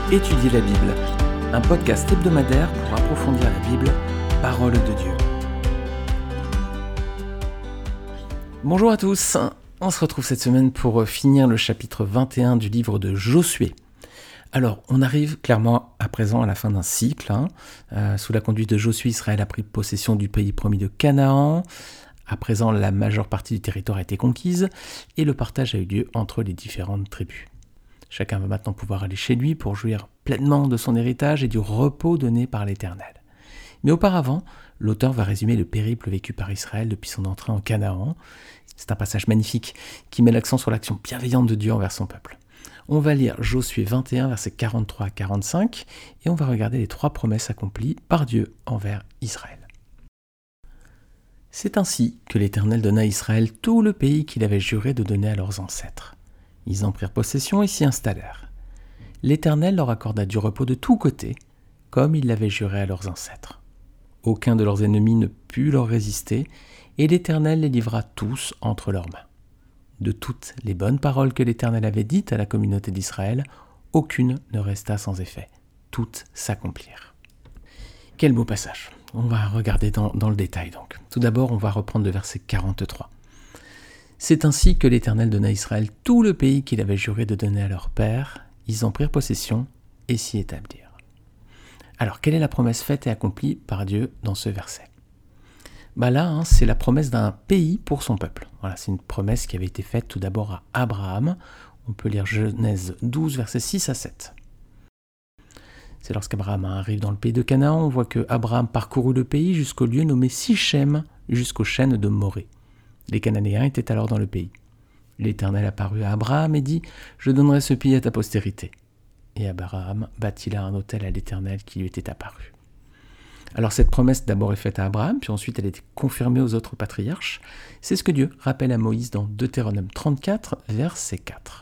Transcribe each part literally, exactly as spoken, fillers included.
Étudier la Bible, un podcast hebdomadaire pour approfondir la Bible, parole de Dieu. Bonjour à tous, on se retrouve cette semaine pour finir le chapitre vingt et un du livre de Josué. Alors, on arrive clairement à présent à la fin d'un cycle. Hein. Euh, sous la conduite de Josué, Israël a pris possession du pays promis de Canaan. À présent, la majeure partie du territoire a été conquise et le partage a eu lieu entre les différentes tribus. Chacun va maintenant pouvoir aller chez lui pour jouir pleinement de son héritage et du repos donné par l'Éternel. Mais auparavant, l'auteur va résumer le périple vécu par Israël depuis son entrée en Canaan. C'est un passage magnifique qui met l'accent sur l'action bienveillante de Dieu envers son peuple. On va lire Josué vingt et un, versets quarante-trois à quarante-cinq, et on va regarder les trois promesses accomplies par Dieu envers Israël. C'est ainsi que l'Éternel donna à Israël tout le pays qu'il avait juré de donner à leurs ancêtres. Ils en prirent possession et s'y installèrent. L'Éternel leur accorda du repos de tous côtés, comme il l'avait juré à leurs ancêtres. Aucun de leurs ennemis ne put leur résister, et l'Éternel les livra tous entre leurs mains. De toutes les bonnes paroles que l'Éternel avait dites à la communauté d'Israël, aucune ne resta sans effet. Toutes s'accomplirent. Quel beau passage. On va regarder dans, dans le détail donc. Tout d'abord, on va reprendre le verset quarante-trois. C'est ainsi que l'Éternel donna à Israël tout le pays qu'il avait juré de donner à leur père. Ils en prirent possession et s'y établirent. Alors, quelle est la promesse faite et accomplie par Dieu dans ce verset ? Bah là, hein, c'est la promesse d'un pays pour son peuple. Voilà, c'est une promesse qui avait été faite tout d'abord à Abraham. On peut lire Genèse douze, versets six à sept. C'est lorsqu'Abraham arrive dans le pays de Canaan, on voit que Abraham parcourut le pays jusqu'au lieu nommé Sichem, jusqu'aux chênes de Morée. Les Cananéens étaient alors dans le pays. L'Éternel apparut à Abraham et dit « Je donnerai ce pays à ta postérité. » Et Abraham bâtit là un autel à l'Éternel qui lui était apparu. Alors cette promesse d'abord est faite à Abraham, puis ensuite elle a été confirmée aux autres patriarches. C'est ce que Dieu rappelle à Moïse dans Deutéronome trente-quatre, verset quatre.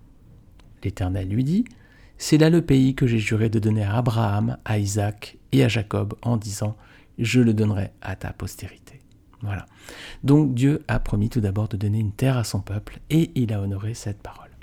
L'Éternel lui dit « C'est là le pays que j'ai juré de donner à Abraham, à Isaac et à Jacob en disant « Je le donnerai à ta postérité. » Voilà. Donc Dieu a promis tout d'abord de donner une terre à son peuple et il a honoré cette parole.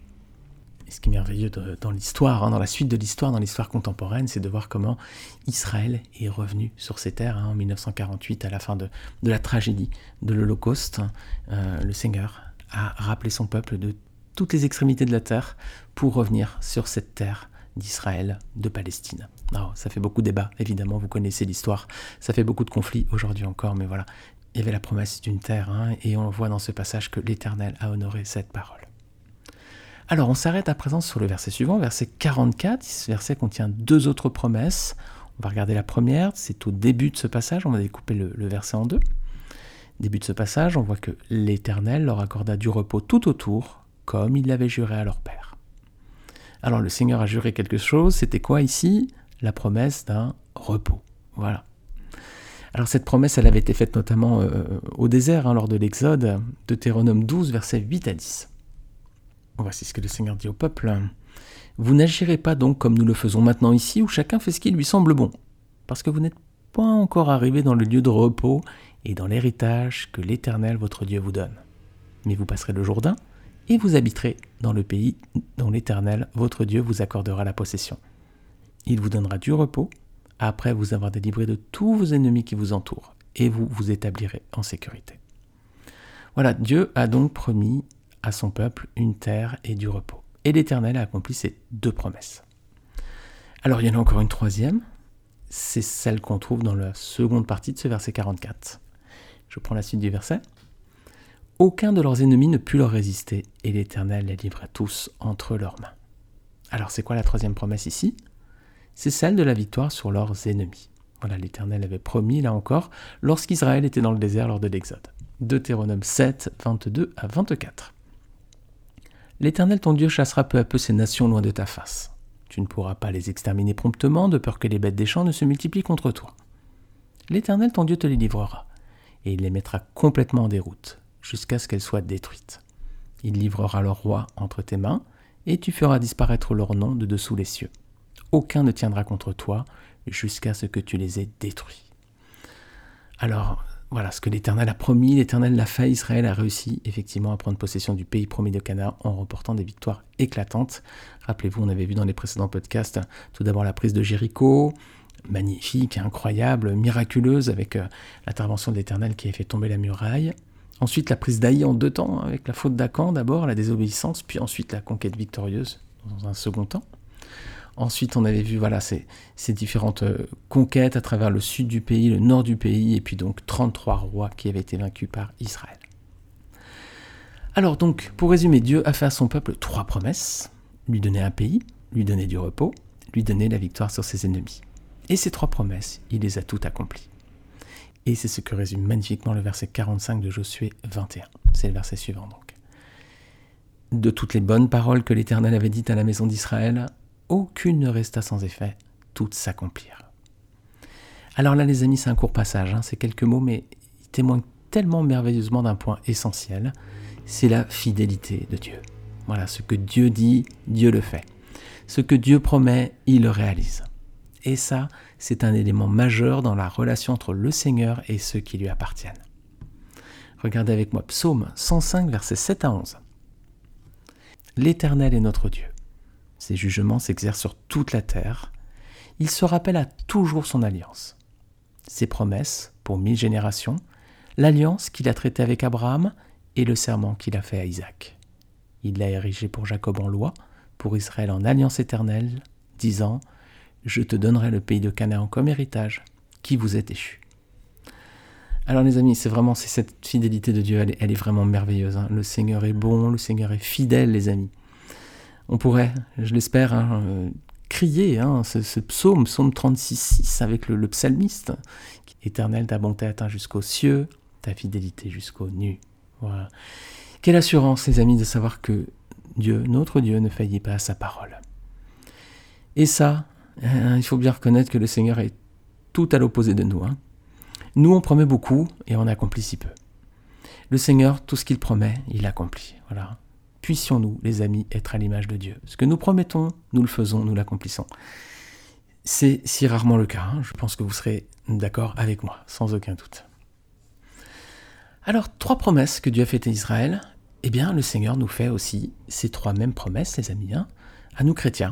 Et ce qui est merveilleux de, dans l'histoire, hein, dans la suite de l'histoire, dans l'histoire contemporaine, c'est de voir comment Israël est revenu sur ces terres hein, en dix-neuf cent quarante-huit, à la fin de, de la tragédie de l'Holocauste. Euh, le Seigneur a rappelé son peuple de toutes les extrémités de la terre pour revenir sur cette terre d'Israël, de Palestine. Alors, ça fait beaucoup de débats, évidemment, vous connaissez l'histoire, ça fait beaucoup de conflits aujourd'hui encore, mais voilà. Il y avait la promesse d'une terre, hein, et on voit dans ce passage que l'Éternel a honoré cette parole. Alors, on s'arrête à présent sur le verset suivant, verset quarante-quatre. Ce verset contient deux autres promesses. On va regarder la première, c'est au début de ce passage, on va découper le, le verset en deux. Début de ce passage, on voit que l'Éternel leur accorda du repos tout autour, comme il l'avait juré à leur père. Alors, le Seigneur a juré quelque chose, c'était quoi ici ? La promesse d'un repos. Voilà. Alors cette promesse, elle avait été faite notamment euh, au désert, hein, lors de l'Exode, Deutéronome douze, versets huit à dix. Voici ce que le Seigneur dit au peuple. « Vous n'agirez pas donc comme nous le faisons maintenant ici, où chacun fait ce qui lui semble bon, parce que vous n'êtes pas encore arrivés dans le lieu de repos et dans l'héritage que l'Éternel votre Dieu vous donne. Mais vous passerez le Jourdain, et vous habiterez dans le pays dont l'Éternel votre Dieu vous accordera la possession. Il vous donnera du repos, après vous avoir délivré de tous vos ennemis qui vous entourent, et vous vous établirez en sécurité. » Voilà, Dieu a donc promis à son peuple une terre et du repos. Et l'Éternel a accompli ces deux promesses. Alors, il y en a encore une troisième, c'est celle qu'on trouve dans la seconde partie de ce verset quarante-quatre. Je prends la suite du verset. « Aucun de leurs ennemis ne put leur résister, et l'Éternel les livra tous entre leurs mains. » Alors, c'est quoi la troisième promesse ici ? C'est celle de la victoire sur leurs ennemis. Voilà, l'Éternel avait promis, là encore, lorsqu'Israël était dans le désert lors de l'Exode. Deutéronome sept, vingt-deux à vingt-quatre. L'Éternel ton Dieu chassera peu à peu ces nations loin de ta face. Tu ne pourras pas les exterminer promptement, de peur que les bêtes des champs ne se multiplient contre toi. L'Éternel ton Dieu te les livrera, et il les mettra complètement en déroute, jusqu'à ce qu'elles soient détruites. Il livrera leur roi entre tes mains, et tu feras disparaître leur nom de dessous les cieux. Aucun ne tiendra contre toi jusqu'à ce que tu les aies détruits. Alors, voilà ce que l'Éternel a promis, l'Éternel l'a fait, Israël a réussi effectivement à prendre possession du pays promis de Canaan en remportant des victoires éclatantes. Rappelez-vous, on avait vu dans les précédents podcasts tout d'abord la prise de Jéricho, magnifique, incroyable, miraculeuse, avec euh, l'intervention de l'Éternel qui a fait tomber la muraille. Ensuite, la prise d'Aï en deux temps, avec la faute d'Acan d'abord, la désobéissance, puis ensuite la conquête victorieuse dans un second temps. Ensuite, on avait vu voilà, ces, ces différentes euh, conquêtes à travers le sud du pays, le nord du pays, et puis donc trente-trois rois qui avaient été vaincus par Israël. Alors donc, pour résumer, Dieu a fait à son peuple trois promesses, lui donner un pays, lui donner du repos, lui donner la victoire sur ses ennemis. Et ces trois promesses, il les a toutes accomplies. Et c'est ce que résume magnifiquement le verset quarante-cinq de Josué vingt et un. C'est le verset suivant donc. De toutes les bonnes paroles que l'Éternel avait dites à la maison d'Israël, aucune ne resta sans effet, toutes s'accomplirent. Alors là, les amis, c'est un court passage, hein, c'est quelques mots, mais il témoigne tellement merveilleusement d'un point essentiel, c'est la fidélité de Dieu. Voilà, ce que Dieu dit, Dieu le fait. Ce que Dieu promet, il le réalise. Et ça, c'est un élément majeur dans la relation entre le Seigneur et ceux qui lui appartiennent. Regardez avec moi Psaume cent cinq, versets sept à onze. L'Éternel est notre Dieu. Ses jugements s'exercent sur toute la terre. Il se rappelle à toujours son alliance. Ses promesses pour mille générations, l'alliance qu'il a traitée avec Abraham et le serment qu'il a fait à Isaac. Il l'a érigé pour Jacob en loi, pour Israël en alliance éternelle, disant « Je te donnerai le pays de Canaan comme héritage, qui vous est échu. » Alors les amis, c'est vraiment c'est cette fidélité de Dieu, elle est, elle est vraiment merveilleuse. Hein. Le Seigneur est bon, le Seigneur est fidèle, les amis. On pourrait, je l'espère, hein, euh, crier hein, ce, ce psaume, psaume trente-six, six, avec le, le psalmiste. « Éternel, ta bonté atteint jusqu'aux cieux, ta fidélité jusqu'aux nues. » Voilà. Quelle assurance, les amis, de savoir que Dieu, notre Dieu, ne faillit pas à sa parole. Et ça, hein, il faut bien reconnaître que le Seigneur est tout à l'opposé de nous. Hein. Nous, on promet beaucoup et on accomplit si peu. Le Seigneur, tout ce qu'il promet, il accomplit. Voilà. Puissions-nous, les amis, être à l'image de Dieu. Ce que nous promettons, nous le faisons, nous l'accomplissons. C'est si rarement le cas. Hein. Je pense que vous serez d'accord avec moi, sans aucun doute. Alors, trois promesses que Dieu a faites à Israël, eh bien, le Seigneur nous fait aussi ces trois mêmes promesses, les amis, hein, à nous chrétiens.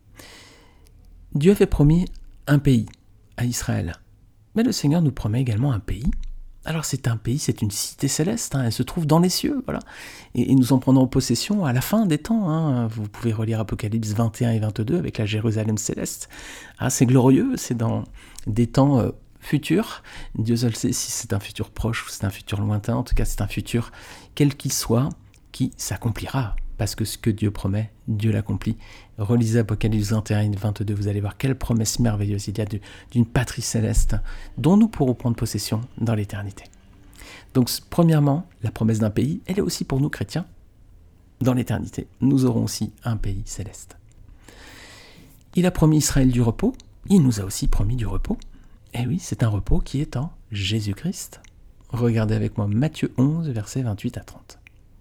Dieu avait promis un pays à Israël, mais le Seigneur nous promet également un pays. Alors c'est un pays, c'est une cité céleste, hein, elle se trouve dans les cieux, voilà. Et, et nous en prendrons possession à la fin des temps. Hein. Vous pouvez relire Apocalypse vingt et un et vingt-deux avec la Jérusalem céleste. Ah, c'est glorieux, c'est dans des temps euh, futurs. Dieu seul sait si c'est un futur proche ou c'est un futur lointain. En tout cas, c'est un futur, quel qu'il soit, qui s'accomplira. Parce que ce que Dieu promet, Dieu l'accomplit. Relisez Apocalypse vingt et un et vingt-deux, vous allez voir quelle promesse merveilleuse il y a de, d'une patrie céleste dont nous pourrons prendre possession dans l'éternité. Donc, premièrement, la promesse d'un pays, elle est aussi pour nous chrétiens. Dans l'éternité, nous aurons aussi un pays céleste. Il a promis Israël du repos, il nous a aussi promis du repos. Et oui, c'est un repos qui est en Jésus-Christ. Regardez avec moi Matthieu onze, versets vingt-huit à trente.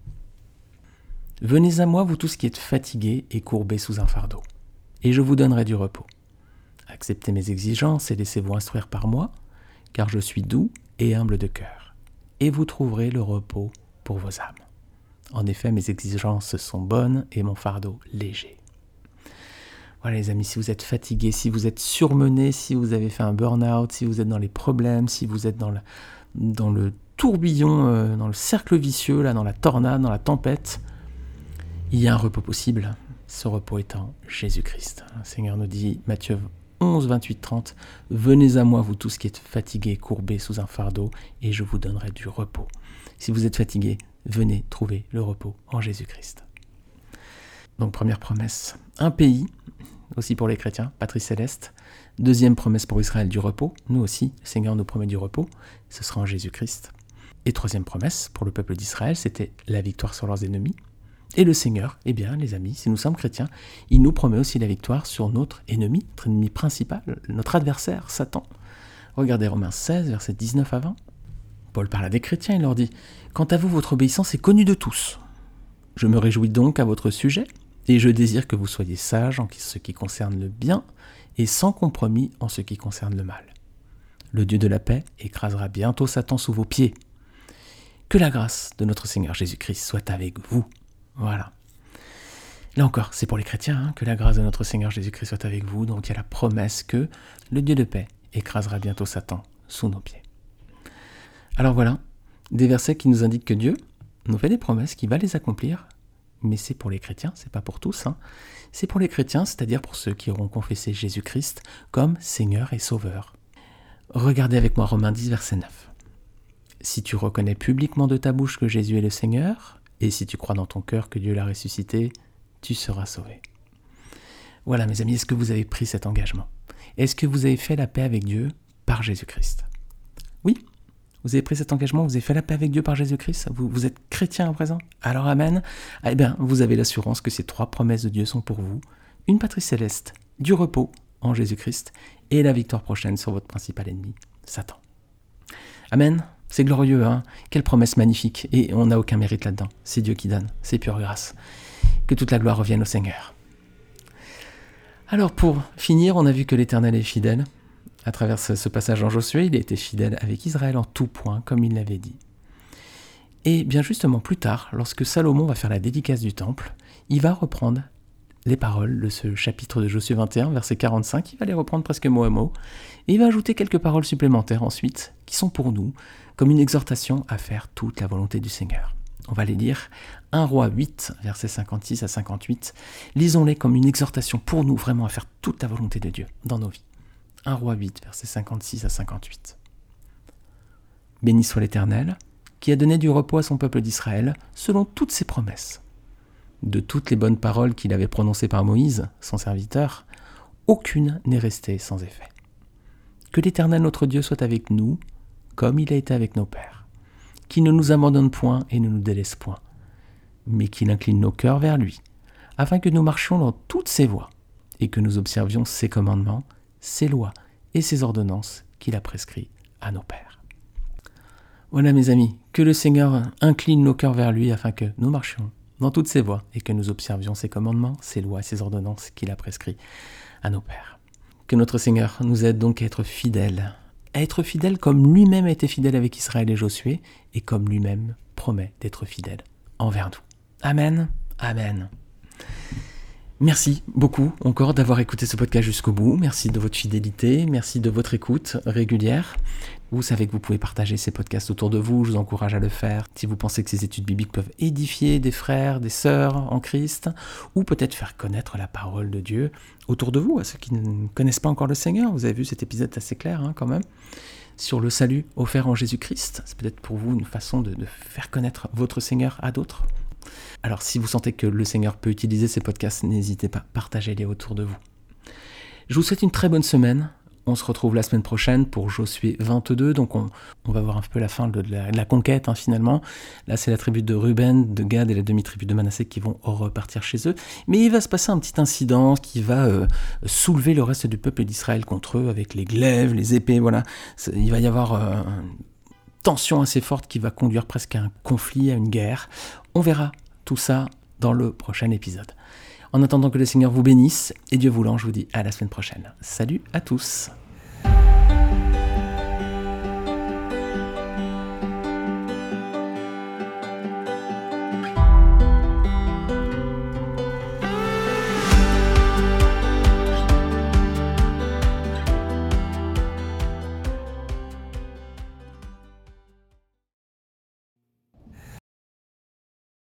« Venez à moi, vous tous qui êtes fatigués et courbés sous un fardeau, et je vous donnerai du repos. Acceptez mes exigences et laissez-vous instruire par moi, car je suis doux et humble de cœur, et vous trouverez le repos pour vos âmes. En effet, mes exigences sont bonnes et mon fardeau léger. » Voilà les amis, si vous êtes fatigués, si vous êtes surmenés, si vous avez fait un burn-out, si vous êtes dans les problèmes, si vous êtes dans le, dans le tourbillon, euh, dans le cercle vicieux, là, dans la tornade, dans la tempête, il y a un repos possible, ce repos étant Jésus-Christ. Le Seigneur nous dit, Matthieu onze, vingt-huit, trente, « Venez à moi, vous tous qui êtes fatigués, courbés sous un fardeau, et je vous donnerai du repos. » Si vous êtes fatigués, venez trouver le repos en Jésus-Christ. Donc première promesse, un pays, aussi pour les chrétiens, patrie céleste. Deuxième promesse pour Israël, du repos. Nous aussi, le Seigneur nous promet du repos, ce sera en Jésus-Christ. Et troisième promesse pour le peuple d'Israël, c'était la victoire sur leurs ennemis. Et le Seigneur, eh bien, les amis, si nous sommes chrétiens, il nous promet aussi la victoire sur notre ennemi, notre ennemi principal, notre adversaire, Satan. Regardez Romains seize, versets dix-neuf à vingt. Paul parle à des chrétiens, il leur dit « Quant à vous, votre obéissance est connue de tous. Je me réjouis donc à votre sujet, et je désire que vous soyez sages en ce qui concerne le bien, et sans compromis en ce qui concerne le mal. le Dieu de la paix écrasera bientôt Satan sous vos pieds. Que la grâce de notre Seigneur Jésus-Christ soit avec vous. Voilà. Là encore, c'est pour les chrétiens, hein, que la grâce de notre Seigneur Jésus-Christ soit avec vous. Donc il y a la promesse que le Dieu de paix écrasera bientôt Satan sous nos pieds. Alors voilà, des versets qui nous indiquent que Dieu nous fait des promesses, qu'il va les accomplir, mais c'est pour les chrétiens, c'est pas pour tous. Hein. C'est pour les chrétiens, c'est-à-dire pour ceux qui auront confessé Jésus-Christ comme Seigneur et Sauveur. Regardez avec moi Romains dix, verset neuf. Si tu reconnais publiquement de ta bouche que Jésus est le Seigneur, et si tu crois dans ton cœur que Dieu l'a ressuscité, tu seras sauvé. Voilà mes amis, est-ce que vous avez pris cet engagement? Est-ce que vous avez fait la paix avec Dieu par Jésus-Christ? Oui, vous avez pris cet engagement, vous avez fait la paix avec Dieu par Jésus-Christ, vous, vous êtes chrétien à présent? Alors amen. Eh bien, vous avez l'assurance que ces trois promesses de Dieu sont pour vous, une patrie céleste, du repos en Jésus-Christ et la victoire prochaine sur votre principal ennemi, Satan. Amen. C'est glorieux, hein? Quelle promesse magnifique. Et on n'a aucun mérite là-dedans. C'est Dieu qui donne, c'est pure grâce. Que toute la gloire revienne au Seigneur. Alors pour finir, on a vu que l'Éternel est fidèle. À travers ce, ce passage en Josué, il a été fidèle avec Israël en tout point, comme il l'avait dit. Et bien justement, plus tard, lorsque Salomon va faire la dédicace du temple, il va reprendre les paroles de ce chapitre de Josué vingt et un, verset quarante-cinq, il va les reprendre presque mot à mot, et il va ajouter quelques paroles supplémentaires ensuite, qui sont pour nous, comme une exhortation à faire toute la volonté du Seigneur. On va les lire, un Roi huit, versets cinquante-six à cinquante-huit, lisons-les comme une exhortation pour nous vraiment à faire toute la volonté de Dieu dans nos vies. un Roi huit, versets cinquante-six à cinquante-huit. Béni soit l'Éternel, qui a donné du repos à son peuple d'Israël, selon toutes ses promesses. De toutes les bonnes paroles qu'il avait prononcées par Moïse, son serviteur, aucune n'est restée sans effet. Que l'Éternel notre Dieu soit avec nous, comme il a été avec nos pères, qu'il ne nous abandonne point et ne nous délaisse point, mais qu'il incline nos cœurs vers lui, afin que nous marchions dans toutes ses voies, et que nous observions ses commandements, ses lois et ses ordonnances qu'il a prescrits à nos pères. Voilà mes amis, que le Seigneur incline nos cœurs vers lui, afin que nous marchions dans toutes ses voies, et que nous observions ses commandements, ses lois et ses ordonnances qu'il a prescrits à nos pères. Que notre Seigneur nous aide donc à être fidèles, à être fidèles comme lui-même a été fidèle avec Israël et Josué, et comme lui-même promet d'être fidèle envers nous. Amen, amen. Merci beaucoup encore d'avoir écouté ce podcast jusqu'au bout. Merci de votre fidélité, merci de votre écoute régulière. Vous savez que vous pouvez partager ces podcasts autour de vous, je vous encourage à le faire. Si vous pensez que ces études bibliques peuvent édifier des frères, des sœurs en Christ, ou peut-être faire connaître la parole de Dieu autour de vous, à ceux qui ne connaissent pas encore le Seigneur. Vous avez vu cet épisode assez clair hein, quand même, sur le salut offert en Jésus-Christ. C'est peut-être pour vous une façon de, de faire connaître votre Seigneur à d'autres. Alors si vous sentez que le Seigneur peut utiliser ces podcasts, n'hésitez pas, partagez-les autour de vous. Je vous souhaite une très bonne semaine. On se retrouve la semaine prochaine pour Josué vingt-deux. Donc on, on va voir un peu la fin de la, de la conquête hein, finalement. Là c'est la tribu de Ruben, de Gad et la demi-tribu de Manassé qui vont repartir chez eux. Mais il va se passer un petit incident qui va euh, soulever le reste du peuple d'Israël contre eux avec les glaives, les épées. Voilà. Il va y avoir euh, une tension assez forte qui va conduire presque à un conflit, à une guerre. On verra tout ça dans le prochain épisode. En attendant que le Seigneur vous bénisse, et Dieu voulant, je vous dis à la semaine prochaine. Salut à tous.